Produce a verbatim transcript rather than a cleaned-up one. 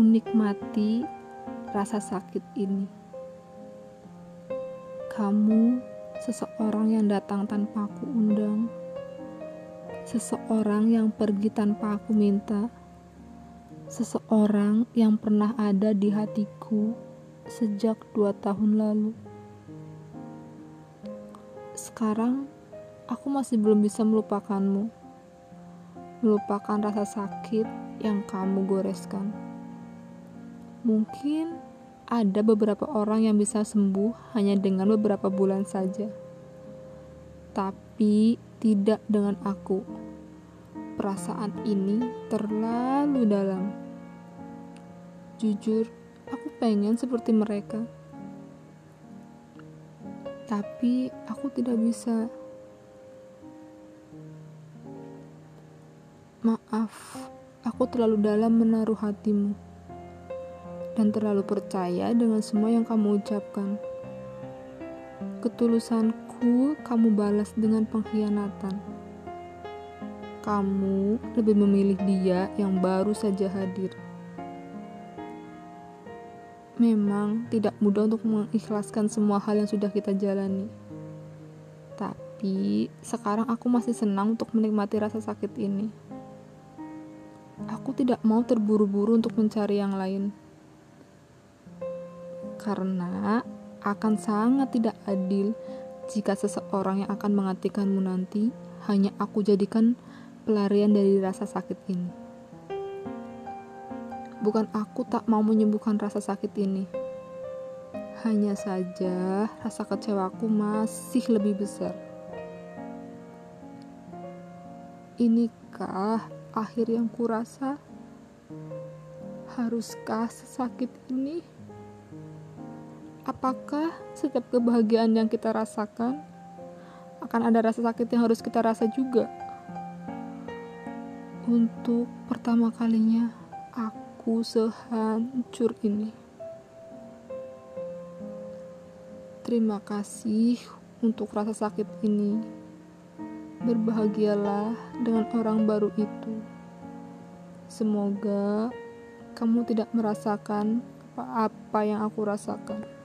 menikmati rasa sakit ini. Kamu seseorang yang datang tanpa aku undang, seseorang yang pergi tanpa aku minta, seseorang yang pernah ada di hatiku sejak dua tahun lalu. Sekarang aku masih belum bisa melupakanmu, melupakan rasa sakit yang kamu goreskan. Mungkin ada beberapa orang yang bisa sembuh hanya dengan beberapa bulan saja, tapi tidak dengan aku. Perasaan ini terlalu dalam. Jujur, aku pengen seperti mereka, tapi aku tidak bisa. Maaf, aku terlalu dalam menaruh hatimu dan terlalu percaya dengan semua yang kamu ucapkan. Ketulusanku kamu balas dengan pengkhianatan. Kamu lebih memilih dia yang baru saja hadir. Memang tidak mudah untuk mengikhlaskan semua hal yang sudah kita jalani. Tapi sekarang aku masih senang untuk menikmati rasa sakit ini. Aku tidak mau terburu-buru untuk mencari yang lain. Karena akan sangat tidak adil jika seseorang yang akan menggantikanmu nanti hanya aku jadikan pelarian dari rasa sakit ini. Bukan aku tak mau menyembuhkan rasa sakit ini. Hanya saja rasa kecewaku masih lebih besar. Inikah akhir yang kurasa? Haruskah sesakit ini? Apakah setiap kebahagiaan yang kita rasakan akan ada rasa sakit yang harus kita rasa juga? Untuk pertama kalinya aku sehancur ini. Terima kasih untuk rasa sakit ini. Berbahagialah dengan orang baru itu. Semoga kamu tidak merasakan apa-apa yang aku rasakan.